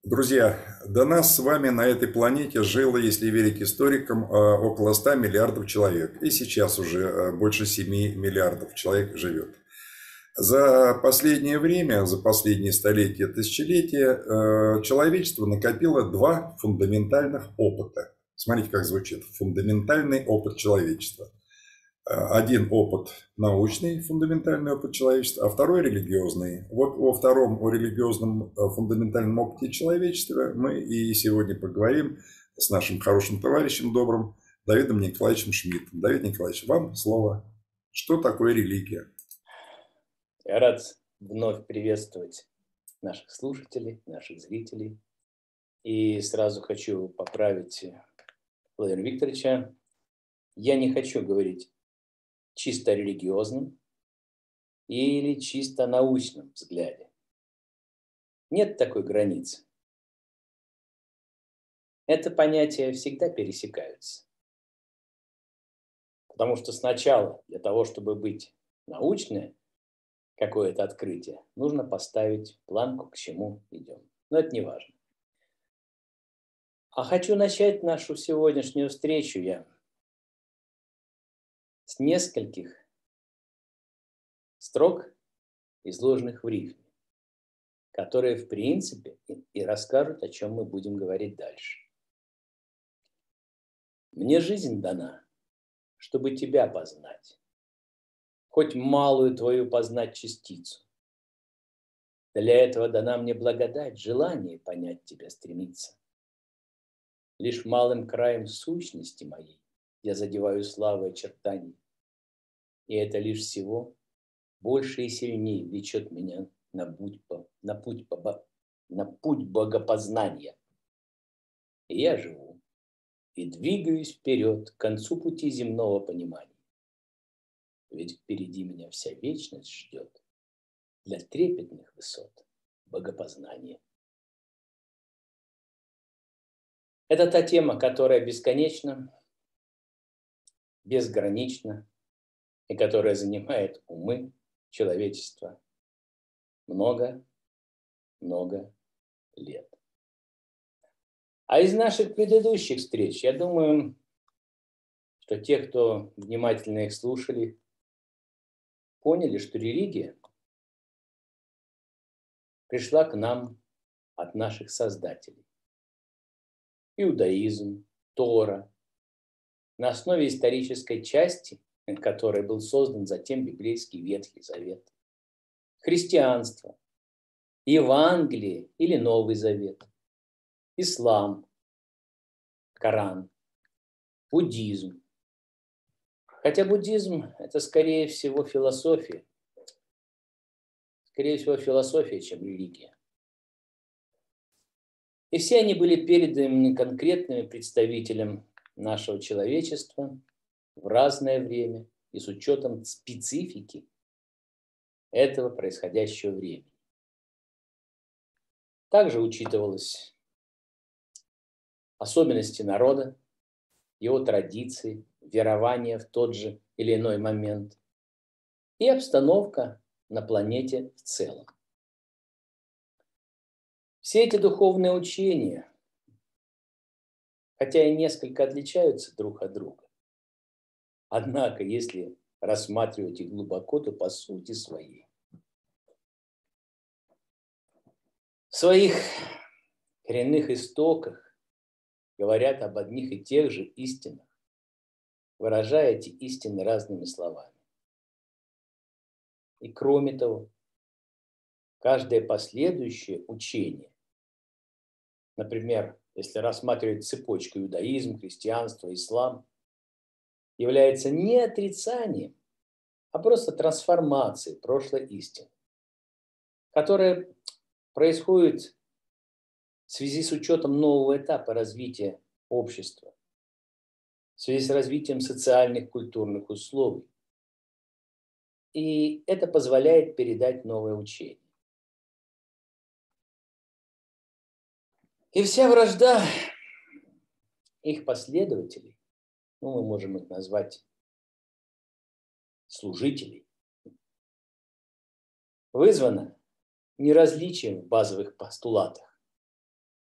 Друзья, до нас с вами на этой планете жило, если верить историкам, около 100 миллиардов человек. И сейчас уже больше 7 миллиардов человек живет. За последнее время, за последние столетия, тысячелетия, человечество накопило два фундаментальных опыта. Смотрите, как звучит. Фундаментальный опыт человечества. Один опыт научный, фундаментальный опыт человечества, а второй религиозный. Вот о втором, о религиозном фундаментальном опыте человечества мы и сегодня поговорим с нашим хорошим товарищем, добрым Давидом Николаевичем Шмидтом. Давид Николаевич, вам слово. Что такое религия? Я рад вновь приветствовать наших слушателей, наших зрителей. И сразу хочу поправить Владимира Викторовича. Я не хочу говорить чисто о религиозном или чисто научном взгляде. Нет такой границы. Это понятия всегда пересекаются. Потому что сначала для того, чтобы быть научное какое-то открытие, нужно поставить планку, к чему идем. Но это не важно. А хочу начать нашу сегодняшнюю встречу я с нескольких строк, изложенных в рифме, которые, в принципе, и расскажут, о чем мы будем говорить дальше. Мне жизнь дана, чтобы тебя познать, хоть малую твою познать частицу. Для этого дана мне благодать, желание понять тебя стремиться. Лишь малым краем сущности моей я задеваю славы очертаний, и это лишь всего больше и сильнее влечет меня на путь богопознания. И я живу и двигаюсь вперед к концу пути земного понимания. Ведь впереди меня вся вечность ждет для трепетных высот богопознания. Это та тема, которая бесконечна, безгранична и которая занимает умы человечества много-много лет. А из наших предыдущих встреч, я думаю, что те, кто внимательно их слушали, поняли, что религия пришла к нам от наших создателей. Иудаизм, Тора, на основе исторической части, которой был создан затем библейский Ветхий Завет. Христианство, Евангелие или Новый Завет, ислам, Коран, буддизм. Хотя буддизм – это скорее всего философия, чем религия. И все они были переданы конкретными представителям нашего человечества в разное время и с учетом специфики этого происходящего времени. Также учитывалось особенности народа, его традиции, верования в тот же или иной момент и обстановка на планете в целом. Все эти духовные учения, хотя и несколько отличаются друг от друга, однако, если рассматривать их глубоко, то по сути своей. В своих коренных истоках говорят об одних и тех же истинах, выражая эти истины разными словами. И кроме того, каждое последующее учение, например, если рассматривать цепочку иудаизм, христианство, ислам, является не отрицанием, а просто трансформацией прошлой истины, которая происходит в связи с учетом нового этапа развития общества, в связи с развитием социальных, культурных условий. И это позволяет передать новое учение. И вся вражда их последователей, мы можем их назвать служителей, вызвана неразличием в базовых постулатах,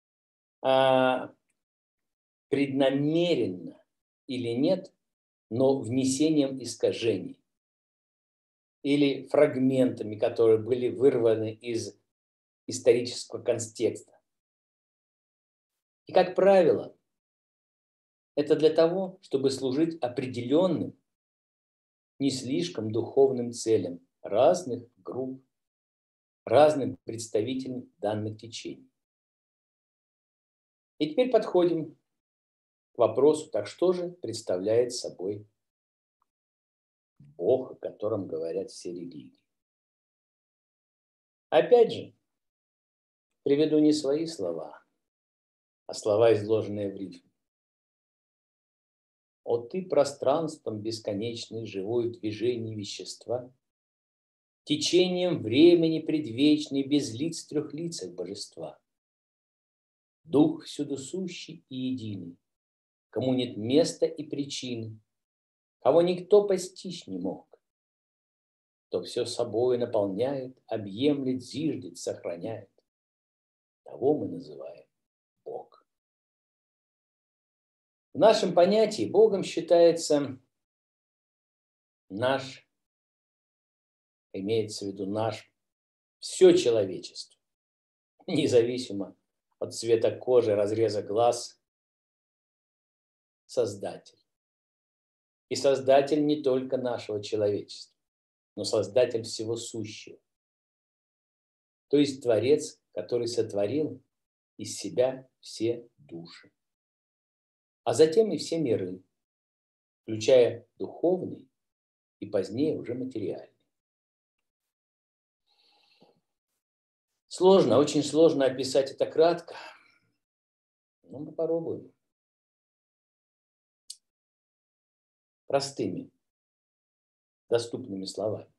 преднамеренно или нет, но внесением искажений или фрагментами, которые были вырваны из исторического контекста. И, как правило, это для того, чтобы служить определенным, не слишком духовным целям разных групп, разным представителям данных течений. И теперь подходим к вопросу, так что же представляет собой Бог, о котором говорят все религии? Опять же, приведу не свои слова, а слова, изложенные в рифме. «О ты пространством бесконечной живой движений вещества, течением времени предвечный, без лиц трехлицах божества, дух всюду сущий и единый, кому нет места и причины, кого никто постичь не мог, кто все собой наполняет, объемлет, зиждет, сохраняет. Того мы называем Бог». В нашем понятии Богом считается наш, имеется в виду наш, все человечество, независимо от цвета кожи, разреза глаз, Создатель. И Создатель не только нашего человечества, но Создатель всего сущего. То есть Творец, который сотворил из себя все души, а затем и все миры, включая духовный и позднее уже материальный. Сложно, очень сложно описать это кратко, но мы попробуем. Простыми, доступными словами.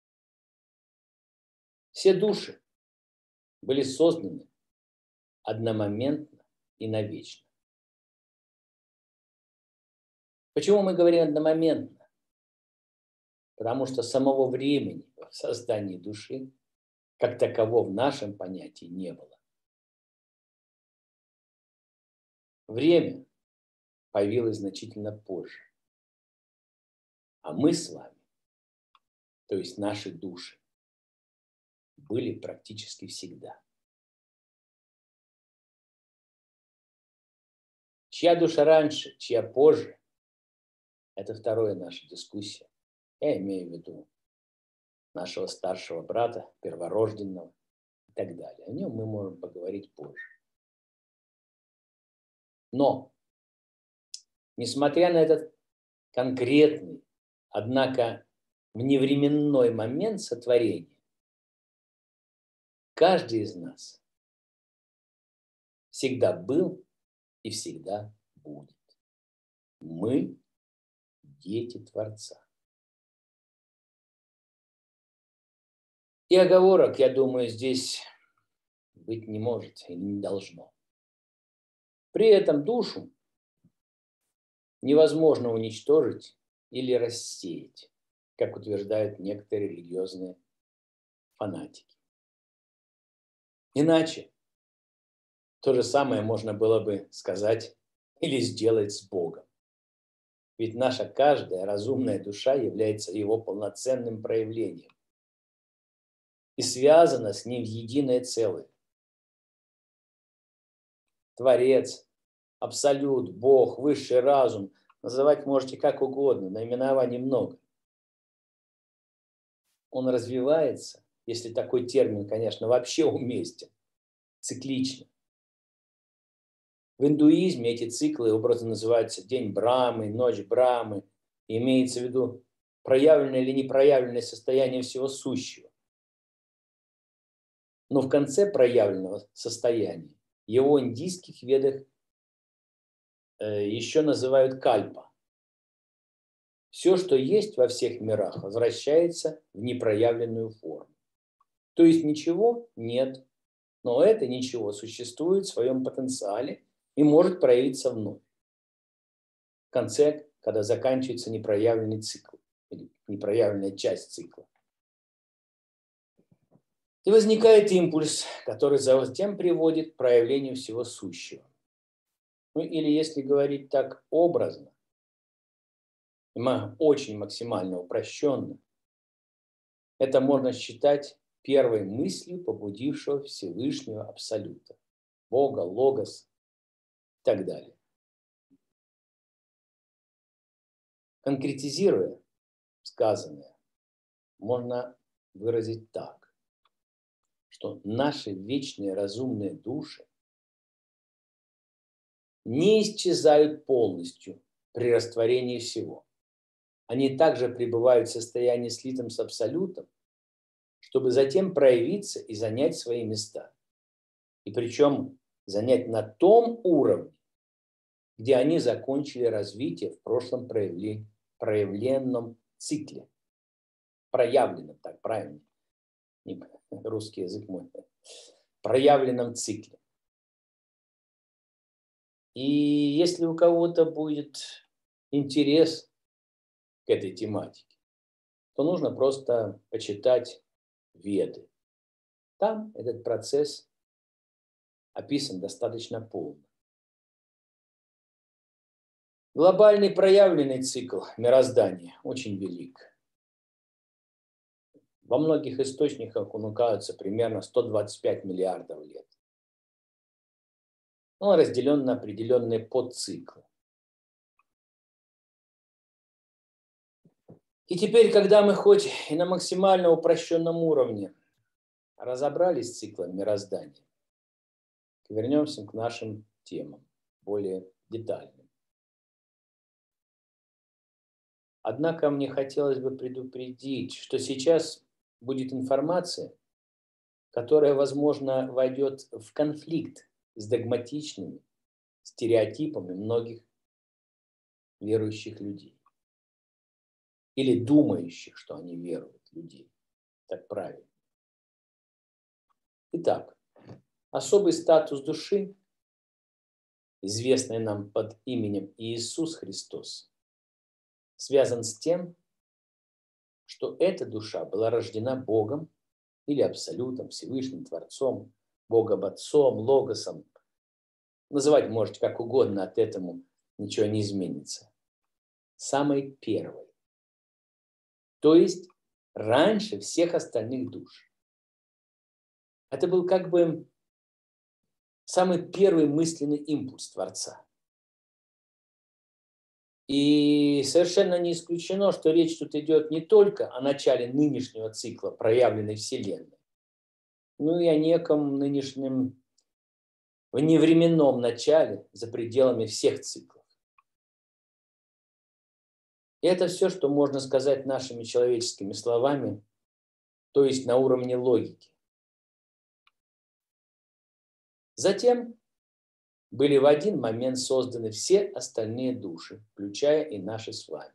Все души были созданы одномоментно и навечно. Почему мы говорим одномоментно? Потому что самого времени в создании души как такового в нашем понятии не было. Время появилось значительно позже. А мы с вами, то есть наши души, были практически всегда. Чья душа раньше, чья позже, это вторая наша дискуссия. Я имею в виду нашего старшего брата, перворожденного и так далее. О нем мы можем поговорить позже. Но, несмотря на этот конкретный, однако вневременной момент сотворения, каждый из нас всегда был и всегда будет. Мы – дети Творца. И оговорок, я думаю, здесь быть не может или не должно. При этом душу невозможно уничтожить или рассеять, как утверждают некоторые религиозные фанатики. Иначе то же самое можно было бы сказать или сделать с Богом. Ведь наша каждая разумная душа является его полноценным проявлением и связана с ним в единое целое. Творец, Абсолют, Бог, высший разум, называть можете как угодно, наименований много. Он развивается, если такой термин, конечно, вообще уместен, циклично. В индуизме эти циклы образно называются день Брамы, ночь Брамы. И имеется в виду проявленное или непроявленное состояние всего сущего. Но в конце проявленного состояния его в индийских ведах еще называют кальпа. Все, что есть во всех мирах, возвращается в непроявленную форму. То есть ничего нет, но это ничего существует в своем потенциале и может проявиться вновь. В конце, когда заканчивается непроявленный цикл, или непроявленная часть цикла. И возникает импульс, который затем приводит к проявлению всего сущего. Ну или если говорить так образно, очень максимально упрощенно, это можно считать первой мыслью побудившего Всевышнего Абсолюта, Бога, Логос и так далее. Конкретизируя сказанное, можно выразить так, что наши вечные разумные души не исчезают полностью при растворении всего. Они также пребывают в состоянии слитом с Абсолютом, чтобы затем проявиться и занять свои места. И причем занять на том уровне, где они закончили развитие в прошлом проявленном цикле. Проявленном, так правильно, не русский язык мой, проявленном цикле. И если у кого-то будет интерес к этой тематике, то нужно просто почитать Веды. Там этот процесс описан достаточно полно. Глобальный проявленный цикл мироздания очень велик. Во многих источниках он указывается примерно 125 миллиардов лет. Он разделен на определенные подциклы. И теперь, когда мы хоть и на максимально упрощенном уровне разобрались с циклом мироздания, вернемся к нашим темам более детальным. Однако мне хотелось бы предупредить, что сейчас будет информация, которая, возможно, войдет в конфликт с догматичными стереотипами многих верующих людей. Или думающих, что они веруют, людей. Так правильно. Итак, особый статус души, известный нам под именем Иисус Христос, связан с тем, что эта душа была рождена Богом или Абсолютом, Всевышним Творцом, Богом Отцом, Логосом. Называть можете как угодно, от этому ничего не изменится. Самой первой. То есть раньше всех остальных душ. Это был как бы самый первый мысленный импульс Творца. И совершенно не исключено, что речь тут идет не только о начале нынешнего цикла проявленной Вселенной, но и о неком нынешнем вневременном начале за пределами всех циклов. И это все, что можно сказать нашими человеческими словами, то есть на уровне логики. Затем были в один момент созданы все остальные души, включая и наши с вами.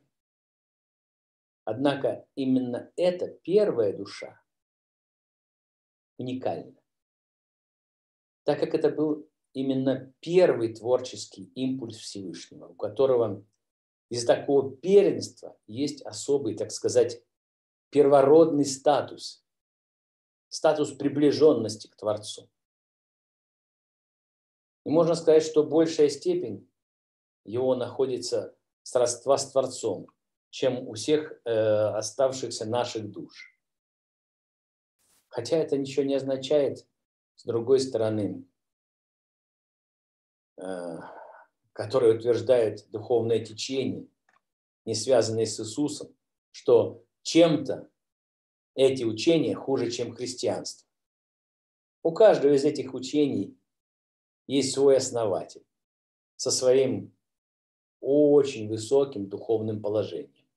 Однако именно эта первая душа уникальна, так как это был именно первый творческий импульс Всевышнего, у которого из-за такого первенства есть особый, так сказать, первородный статус, статус приближенности к Творцу. И можно сказать, что большая степень его находится сродства с Творцом, чем у всех оставшихся наших душ. Хотя это ничего не означает, с другой стороны, которое утверждает духовное течение, не связанное с Иисусом, что чем-то эти учения хуже, чем христианство. У каждого из этих учений есть свой основатель со своим очень высоким духовным положением.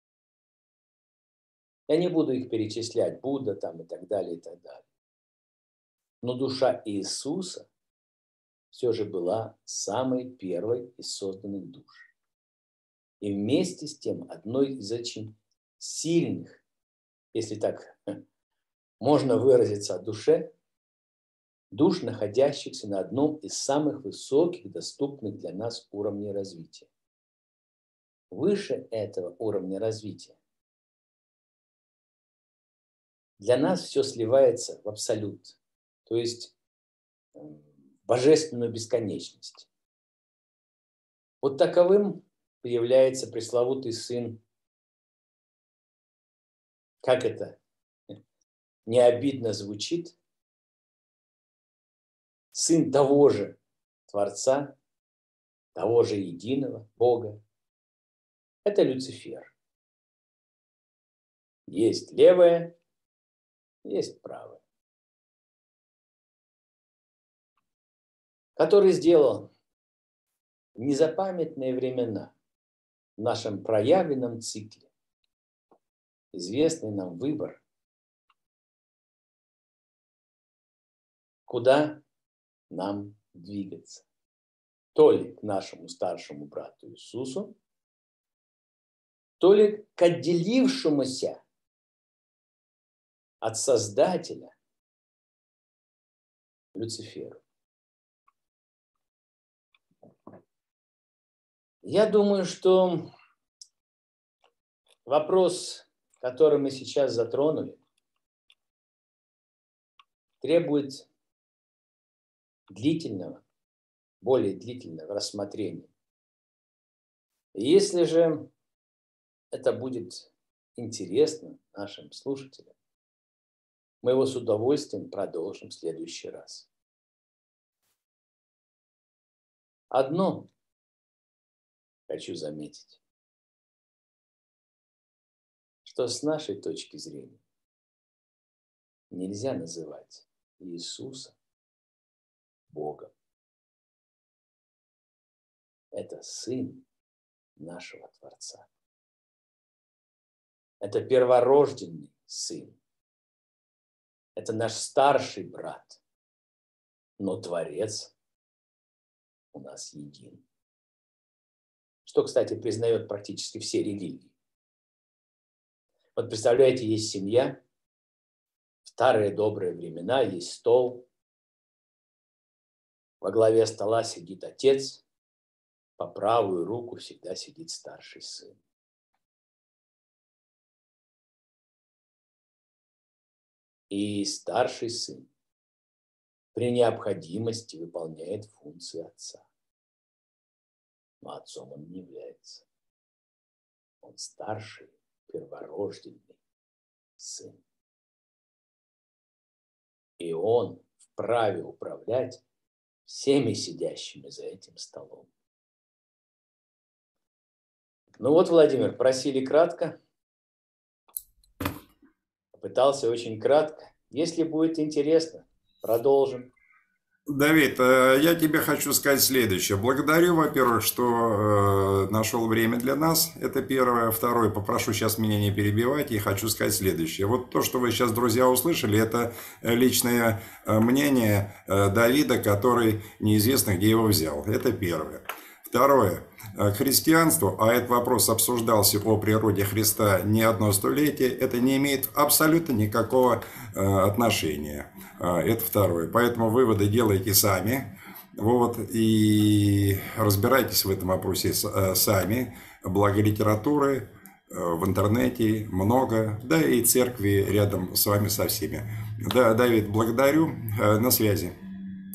Я не буду их перечислять, Будда там и так далее, и так далее. Но душа Иисуса все же была самой первой из созданных душ. И вместе с тем одной из очень сильных, если так можно выразиться о душе, душ, находящихся на одном из самых высоких, доступных для нас уровней развития. Выше этого уровня развития для нас все сливается в абсолют, то есть в божественную бесконечность. Вот таковым является пресловутый сын. Как это не обидно звучит? Сын того же Творца, того же единого Бога. Это Люцифер. Есть левое, есть правое. Который сделал в незапамятные времена в нашем проявленном цикле известный нам выбор, куда нам двигаться. То ли к нашему старшему брату Иисусу, то ли к отделившемуся от Создателя Люциферу. Я думаю, что вопрос, который мы сейчас затронули, требует длительного, более длительного рассмотрения. И если же это будет интересно нашим слушателям, мы его с удовольствием продолжим в следующий раз. Одно хочу заметить, что с нашей точки зрения нельзя называть Иисуса Богом. Это Сын нашего Творца. Это перворожденный Сын. Это наш старший брат. Но Творец у нас един. Что, кстати, признает практически все религии. Вот представляете, есть семья, в старые добрые времена есть стол, во главе стола сидит отец, по правую руку всегда сидит старший сын. И старший сын при необходимости выполняет функции отца. Но отцом он не является. Он старший, перворожденный сын. И он вправе управлять всеми сидящими за этим столом. Ну вот, Владимир, просили кратко. Попытался очень кратко. Если будет интересно, продолжим. Давид, я тебе хочу сказать следующее. Благодарю, во-первых, что нашел время для нас. Это первое. Второе, попрошу сейчас меня не перебивать. И хочу сказать следующее. Вот то, что вы сейчас, друзья, услышали, это личное мнение Давида, который неизвестно, где его взял. Это первое. Второе. К христианству, а этот вопрос обсуждался о природе Христа не одно столетие, это не имеет абсолютно никакого отношения. Это второе. Поэтому выводы делайте сами. Вот, и разбирайтесь в этом вопросе сами. Благо литературы в интернете много, да и церкви рядом с вами со всеми. Да, Давид, благодарю. На связи.